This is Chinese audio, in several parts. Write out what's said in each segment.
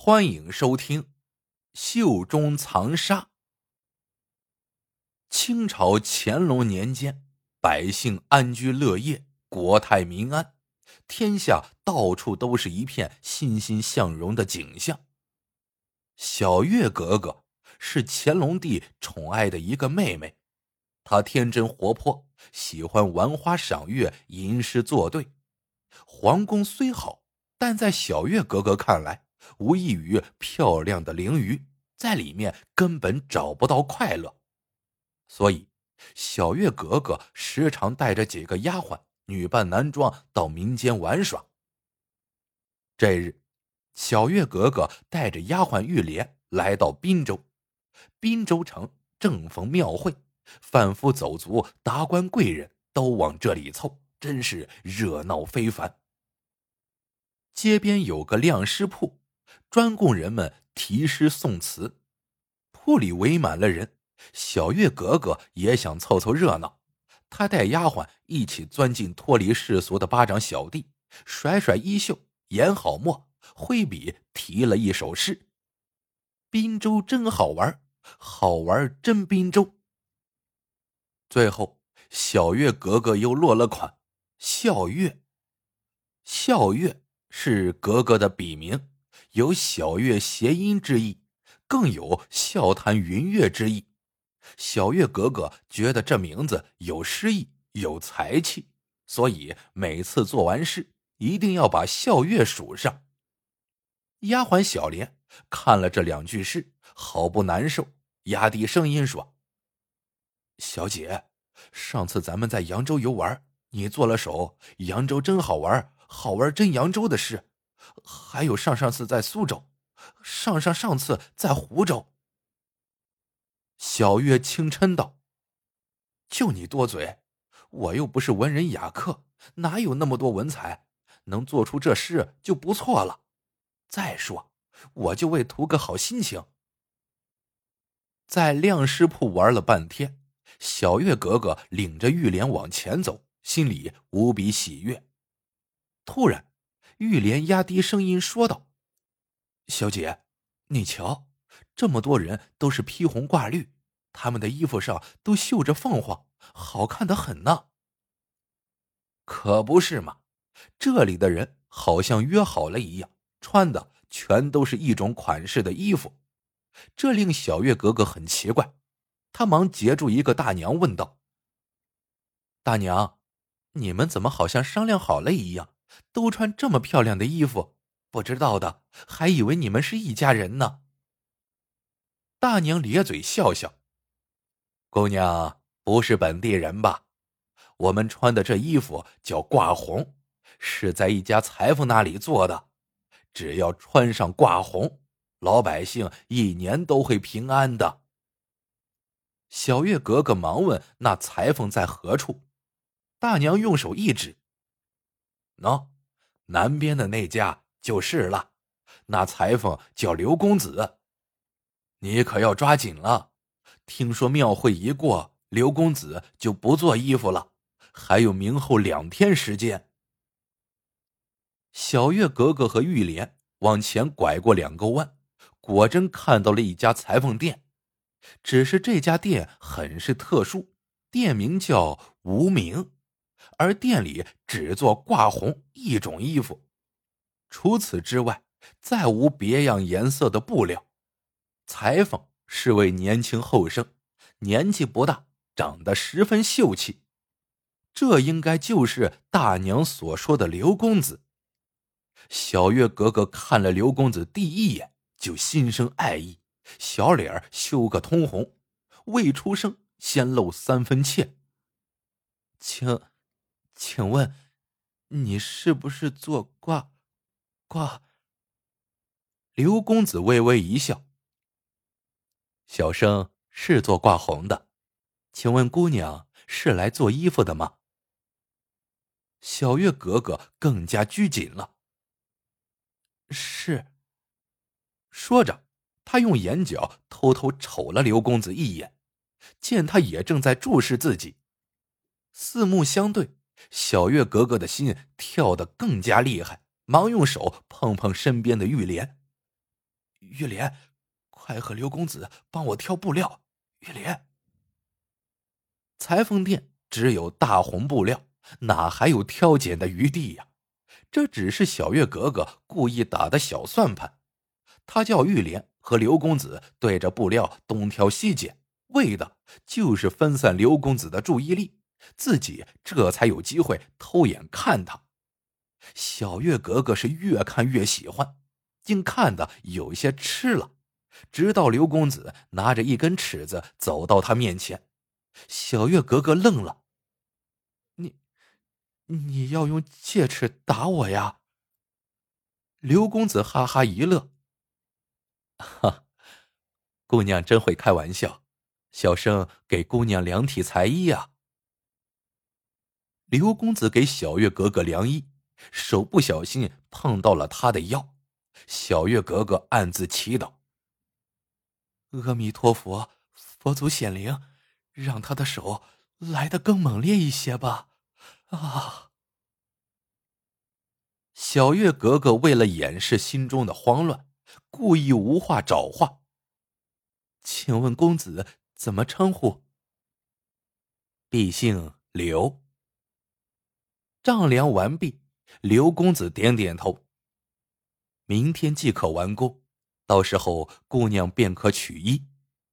欢迎收听《袖中藏杀》。清朝乾隆年间，百姓安居乐业，国泰民安，天下到处都是一片欣欣向荣的景象。小月格格是乾隆帝宠爱的一个妹妹，她天真活泼，喜欢玩花赏月，吟诗作对。皇宫虽好，但在小月格格看来，无异于漂亮的鲮鱼，在里面根本找不到快乐。所以小月格格时常带着几个丫鬟女扮男装到民间玩耍。这日，小月格格带着丫鬟玉莲来到滨州。滨州城正逢庙会，贩夫走卒、达官贵人都往这里凑，真是热闹非凡。街边有个亮诗铺，专供人们题诗宋词。铺里围满了人，小月格格也想凑凑热闹。她带丫鬟一起钻进脱离世俗的巴掌小弟，甩甩衣袖，研好墨，挥笔题了一首诗：滨州真好玩，好玩真滨州。最后小月格格又落了款笑月。笑月是格格的笔名，有小月谐音之意，更有笑谈云月之意。小月格格觉得这名字有诗意，有才气，所以每次做完诗一定要把笑月数上。丫鬟小莲看了这两句诗，好不难受，压低声音说：小姐，上次咱们在扬州游玩，你做了首扬州真好玩，好玩真扬州的诗，还有上次在苏州，上次在湖州。小月轻嗔道：就你多嘴，我又不是文人雅客，哪有那么多文采，能做出这诗就不错了。再说我就为图个好心情。在亮诗铺玩了半天，小月格格领着玉莲往前走，心里无比喜悦。突然玉莲压低声音说道：小姐，你瞧，这么多人都是披红挂绿，他们的衣服上都绣着凤凰，好看得很呢。可不是嘛，这里的人好像约好了一样，穿的全都是一种款式的衣服，这令小月格格很奇怪。她忙截住一个大娘问道：大娘，你们怎么好像商量好了一样，都穿这么漂亮的衣服，不知道的还以为你们是一家人呢。大娘咧嘴笑笑：姑娘不是本地人吧？我们穿的这衣服叫挂红，是在一家裁缝那里做的，只要穿上挂红，老百姓一年都会平安的。小月格格忙问那裁缝在何处。大娘用手一指：喏，南边的那家就是了，那裁缝叫刘公子。你可要抓紧了，听说庙会一过，刘公子就不做衣服了，还有明后2天时间。小月格格和玉莲往前拐过2个弯，果真看到了一家裁缝店。只是这家店很是特殊，店名叫无名，而店里只做挂红一种衣服，除此之外再无别样颜色的布料。裁缝是位年轻后生，年纪不大，长得十分秀气，这应该就是大娘所说的刘公子。小月格格看了刘公子第一眼就心生爱意，小脸羞个通红，未出声先露3分怯：请问你是不是做挂？刘公子微微一笑：小生是做挂红的，请问姑娘是来做衣服的吗？小月格格更加拘谨了：是。说着他用眼角偷偷瞅了刘公子一眼，见他也正在注视自己，四目相对，小月格格的心跳得更加厉害，忙用手碰碰身边的玉莲： 玉莲，快和刘公子帮我挑布料。玉莲。裁缝店只有大红布料，哪还有挑拣的余地呀？这只是小月格格故意打的小算盘。他叫玉莲和刘公子对着布料东挑西拣，为的就是分散刘公子的注意力，自己这才有机会偷眼看他。小月格格是越看越喜欢，竟看得有些吃了。直到刘公子拿着一根尺子走到他面前，小月格格愣了。你要用戒尺打我呀？刘公子哈哈一乐，哈，姑娘真会开玩笑，小生给姑娘量体裁衣啊。刘公子给小月格格量衣，手不小心碰到了她的腰，小月格格暗自祈祷：阿弥陀佛，佛祖显灵，让他的手来得更猛烈一些吧。啊！小月格格为了掩饰心中的慌乱，故意无话找话。请问公子怎么称呼？敝姓刘。丈量完毕，刘公子点点头。明天即可完工，到时候姑娘便可取衣。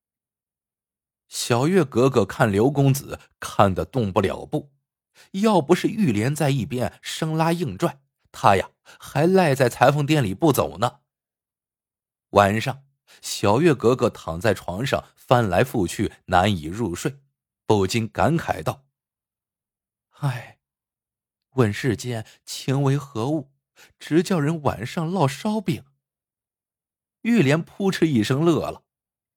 小月格格看刘公子看得动不了步，要不是玉莲在一边生拉硬拽，他呀还赖在裁缝店里不走呢。晚上，小月格格躺在床上翻来覆去难以入睡，不禁感慨道：唉，问世间情为何物，直叫人晚上烙烧饼。玉莲扑哧一声乐了。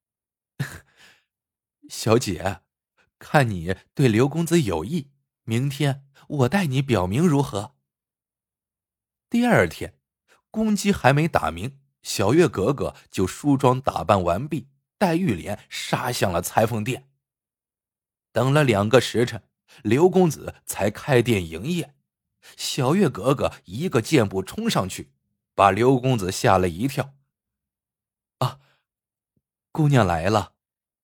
小姐，看你对刘公子有意，明天我代你表明如何？第二天，公鸡还没打鸣，小月格格就梳妆打扮完毕，带玉莲杀向了裁缝店。等了2个时辰，刘公子才开店营业。小月格格一个箭步冲上去，把刘公子吓了一跳。啊，姑娘来了。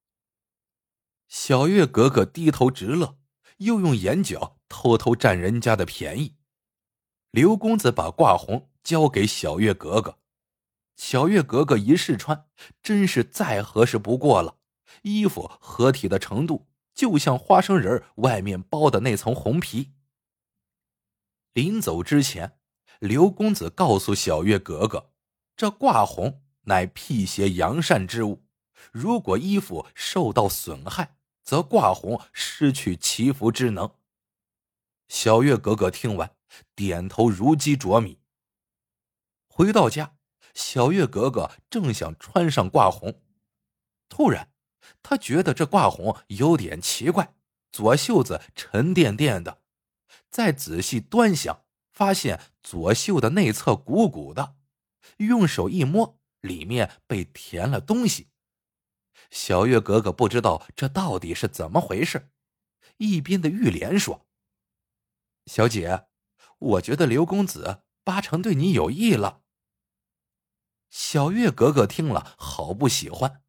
小月格格低头直乐，又用眼角偷偷占人家的便宜。刘公子把挂红交给小月格格，小月格格一试穿，真是再合适不过了。衣服合体的程度就像花生仁外面包的那层红皮。临走之前，刘公子告诉小月格格，这挂红乃辟邪扬善之物，如果衣服受到损害，则挂红失去祈福之能。小月格格听完，点头如鸡啄米。回到家，小月格格正想穿上挂红，突然她觉得这挂红有点奇怪，左袖子沉甸甸的，再仔细端详，发现左袖的内侧鼓鼓的，用手一摸，里面被填了东西。小月格格不知道这到底是怎么回事，一边的玉莲说：小姐，我觉得刘公子八成对你有意了。小月格格听了好不喜欢。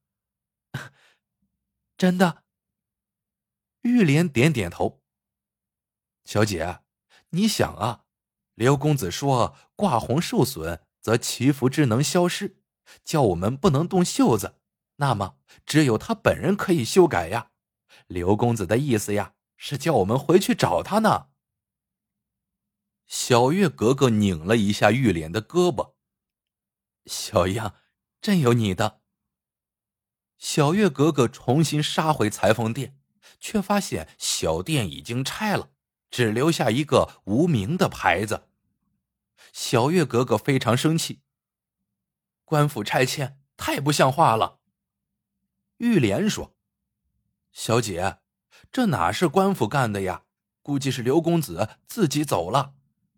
真的？玉莲点点头。小姐，你想啊，刘公子说挂红受损则祈福之能消失，叫我们不能动袖子，那么只有他本人可以修改呀。刘公子的意思呀，是叫我们回去找他呢。小月格格拧了一下玉莲的胳膊。小样，真有你的。小月格格重新杀回裁缝店，却发现小店已经拆了，只留下一个无名的牌子。小月格格非常生气，官府拆迁太不像话了。玉莲说：小姐，这哪是官府干的呀，估计是刘公子自己走了。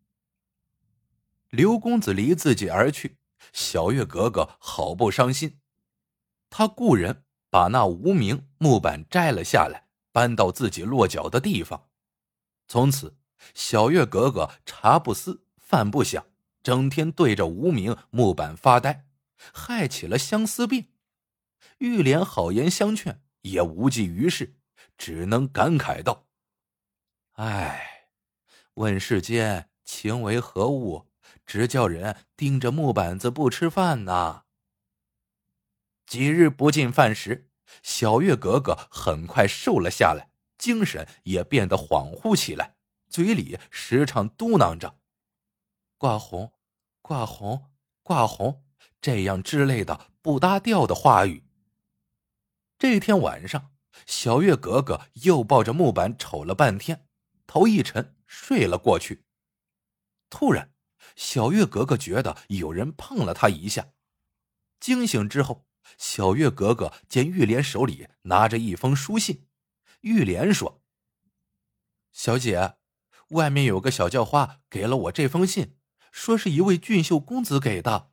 刘公子离自己而去，小月格格好不伤心。他雇人把那无名木板摘了下来，搬到自己落脚的地方。从此，小月格格茶不思饭不想，整天对着无名木板发呆， 害起了相思病。玉莲好言相劝，也无济于事，只能感慨道：唉，问世间情为何物，直叫人盯着木板子不吃饭呐。几日不进饭食，小月格格很快瘦了下来，精神也变得恍惚起来，嘴里时常嘟囔着挂红挂红挂红这样之类的不搭调的话语。这天晚上，小月格格又抱着木板瞅了半天，头一沉睡了过去。突然，小月格格觉得有人碰了她一下，惊醒之后，小月格格见玉莲手里拿着一封书信。玉莲说：小姐，外面有个小叫花给了我这封信，说是一位俊秀公子给的。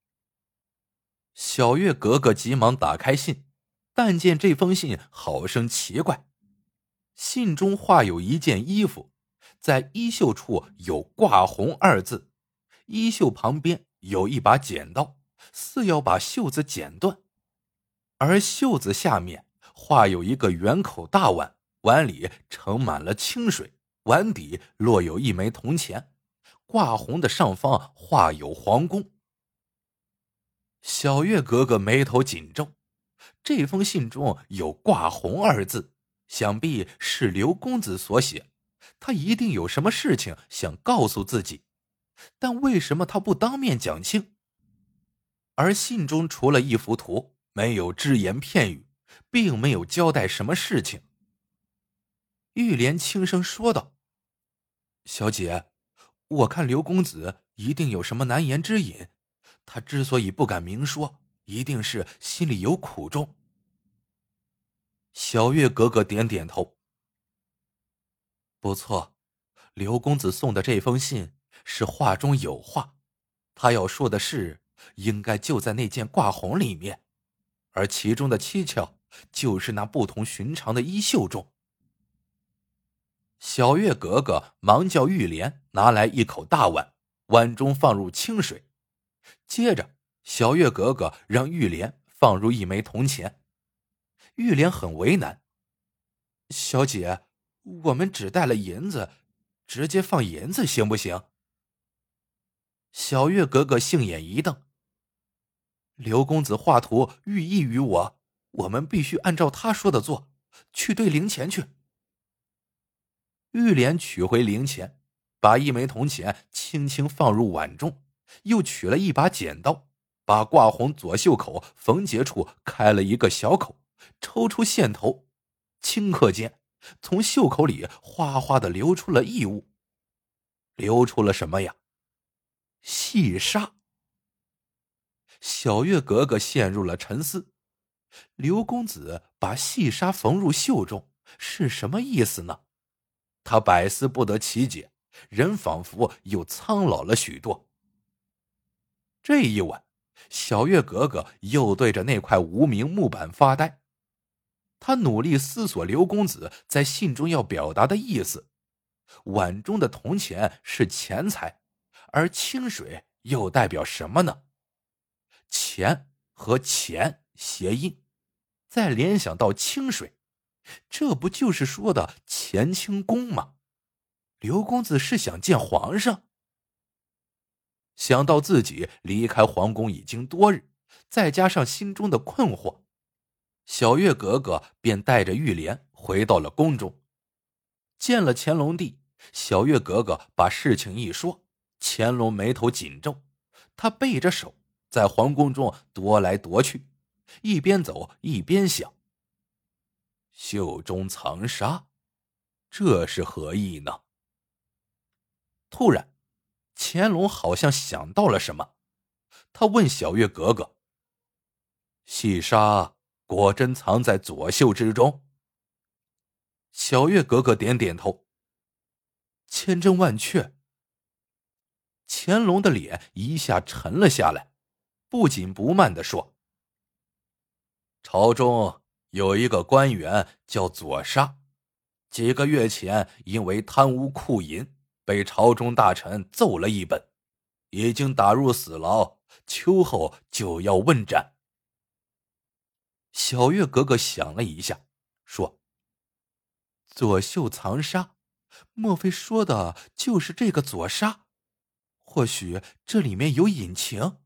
小月格格急忙打开信，但见这封信好生奇怪。信中画有一件衣服，在衣袖处有挂红二字，衣袖旁边有一把剪刀，似要把袖子剪断。而袖子下面画有一个圆口大碗，碗里盛满了清水，碗底落有一枚铜钱，挂红的上方画有皇宫。小月格格眉头紧皱，这封信中有挂红二字，想必是刘公子所写，他一定有什么事情想告诉自己，但为什么他不当面讲清？而信中除了一幅图，没有只言片语，并没有交代什么事情。玉莲轻声说道：小姐，我看刘公子一定有什么难言之隐，他之所以不敢明说，一定是心里有苦衷。小月格格点点头。不错，刘公子送的这封信是话中有话，他要说的事应该就在那件挂红里面，而其中的蹊跷就是那不同寻常的衣袖中。小月格格忙叫玉莲拿来一口大碗，碗中放入清水，接着小月格格让玉莲放入一枚铜钱。玉莲很为难：小姐，我们只带了银子，直接放银子行不行？小月格格杏眼一瞪：刘公子画图寓意于我，我们必须按照他说的做，去兑零钱去。玉莲取回零钱，把一枚铜钱轻轻放入碗中，又取了一把剪刀，把挂红左袖口缝结处开了一个小口，抽出线头，顷刻间从袖口里哗哗地流出了异物。流出了什么呀？细沙。小月格格陷入了沉思，刘公子把细沙缝入袖中是什么意思呢？他百思不得其解，人仿佛又苍老了许多。这一晚，小月格格又对着那块无名木板发呆，他努力思索刘公子在信中要表达的意思。碗中的铜钱是钱财，而清水又代表什么呢？钱和钱谐音，再联想到清水，这不就是说的乾清宫吗？刘公子是想见皇上。想到自己离开皇宫已经多日，再加上心中的困惑，小月格格便带着玉莲回到了宫中。见了乾隆帝，小月格格把事情一说，乾隆眉头紧皱，他背着手在皇宫中踱来踱去，一边走一边想：袖中藏沙，这是何意呢？突然，乾隆好像想到了什么，他问小月格格：细沙果真藏在左袖之中？小月格格点点头。千真万确。乾隆的脸一下沉了下来，不紧不慢地说：朝中有一个官员叫左沙，几个月前因为贪污酷银被朝中大臣揍了一本，已经打入死牢秋后就要问斩。小月格格想了一下，说：左秀藏沙，莫非说的就是这个左沙？或许这里面有隐情。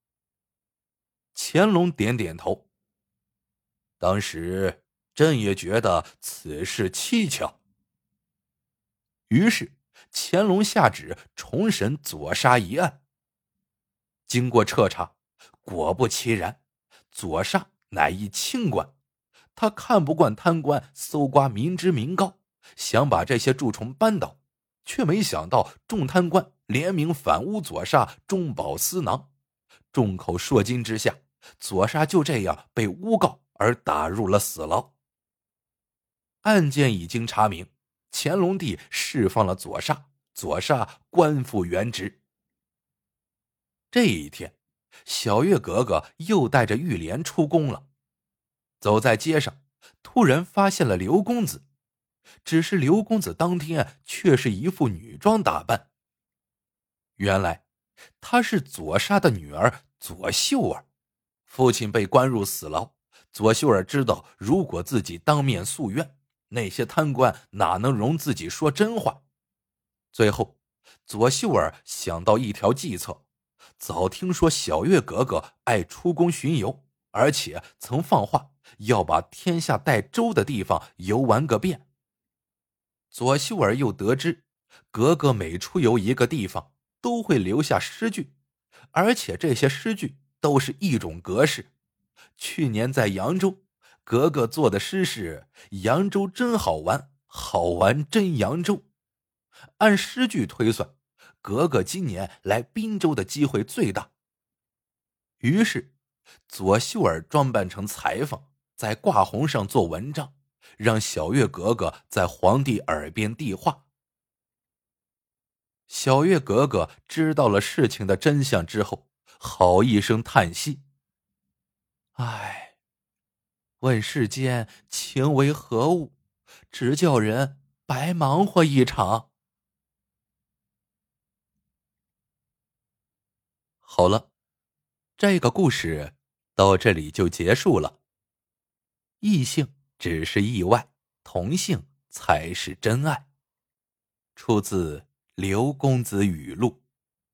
乾隆点点头，当时朕也觉得此事蹊跷。于是乾隆下旨重审左沙一案。经过彻查，果不其然，左沙乃一清官，他看不惯贪官搜刮民脂民膏，想把这些蛀虫扳倒，却没想到众贪官联名反诬左沙中饱私囊，众口铄金之下，左沙就这样被诬告而打入了死牢。案件已经查明，乾隆帝释放了左沙，左沙官复原职。这一天，小月格格又带着玉莲出宫了。走在街上，突然发现了刘公子，只是刘公子当天却是一副女装打扮。原来她是左沙的女儿左秀儿，父亲被关入死牢，左秀儿知道如果自己当面诉冤，那些贪官哪能容自己说真话。最后左秀儿想到一条计策，早听说小月格格爱出宫巡游，而且曾放话要把天下带粥的地方游玩个遍。左秀儿又得知格格每出游一个地方都会留下诗句，而且这些诗句都是一种格式。去年在扬州，格格做的诗是扬州真好玩，好玩真扬州。按诗句推算，格格今年来滨州的机会最大。于是左秀儿装扮成裁缝，在挂红上做文章，让小月格格在皇帝耳边递话。小月格格知道了事情的真相之后，好一声叹息：唉，问世间情为何物，只叫人白忙活一场。好了，这个故事到这里就结束了。异性只是意外，同性才是真爱。出自刘公子语录。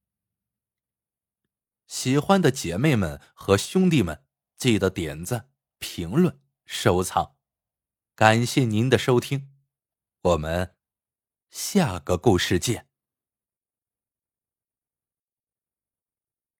喜欢的姐妹们和兄弟们，记得点赞、评论、收藏。感谢您的收听，我们下个故事见。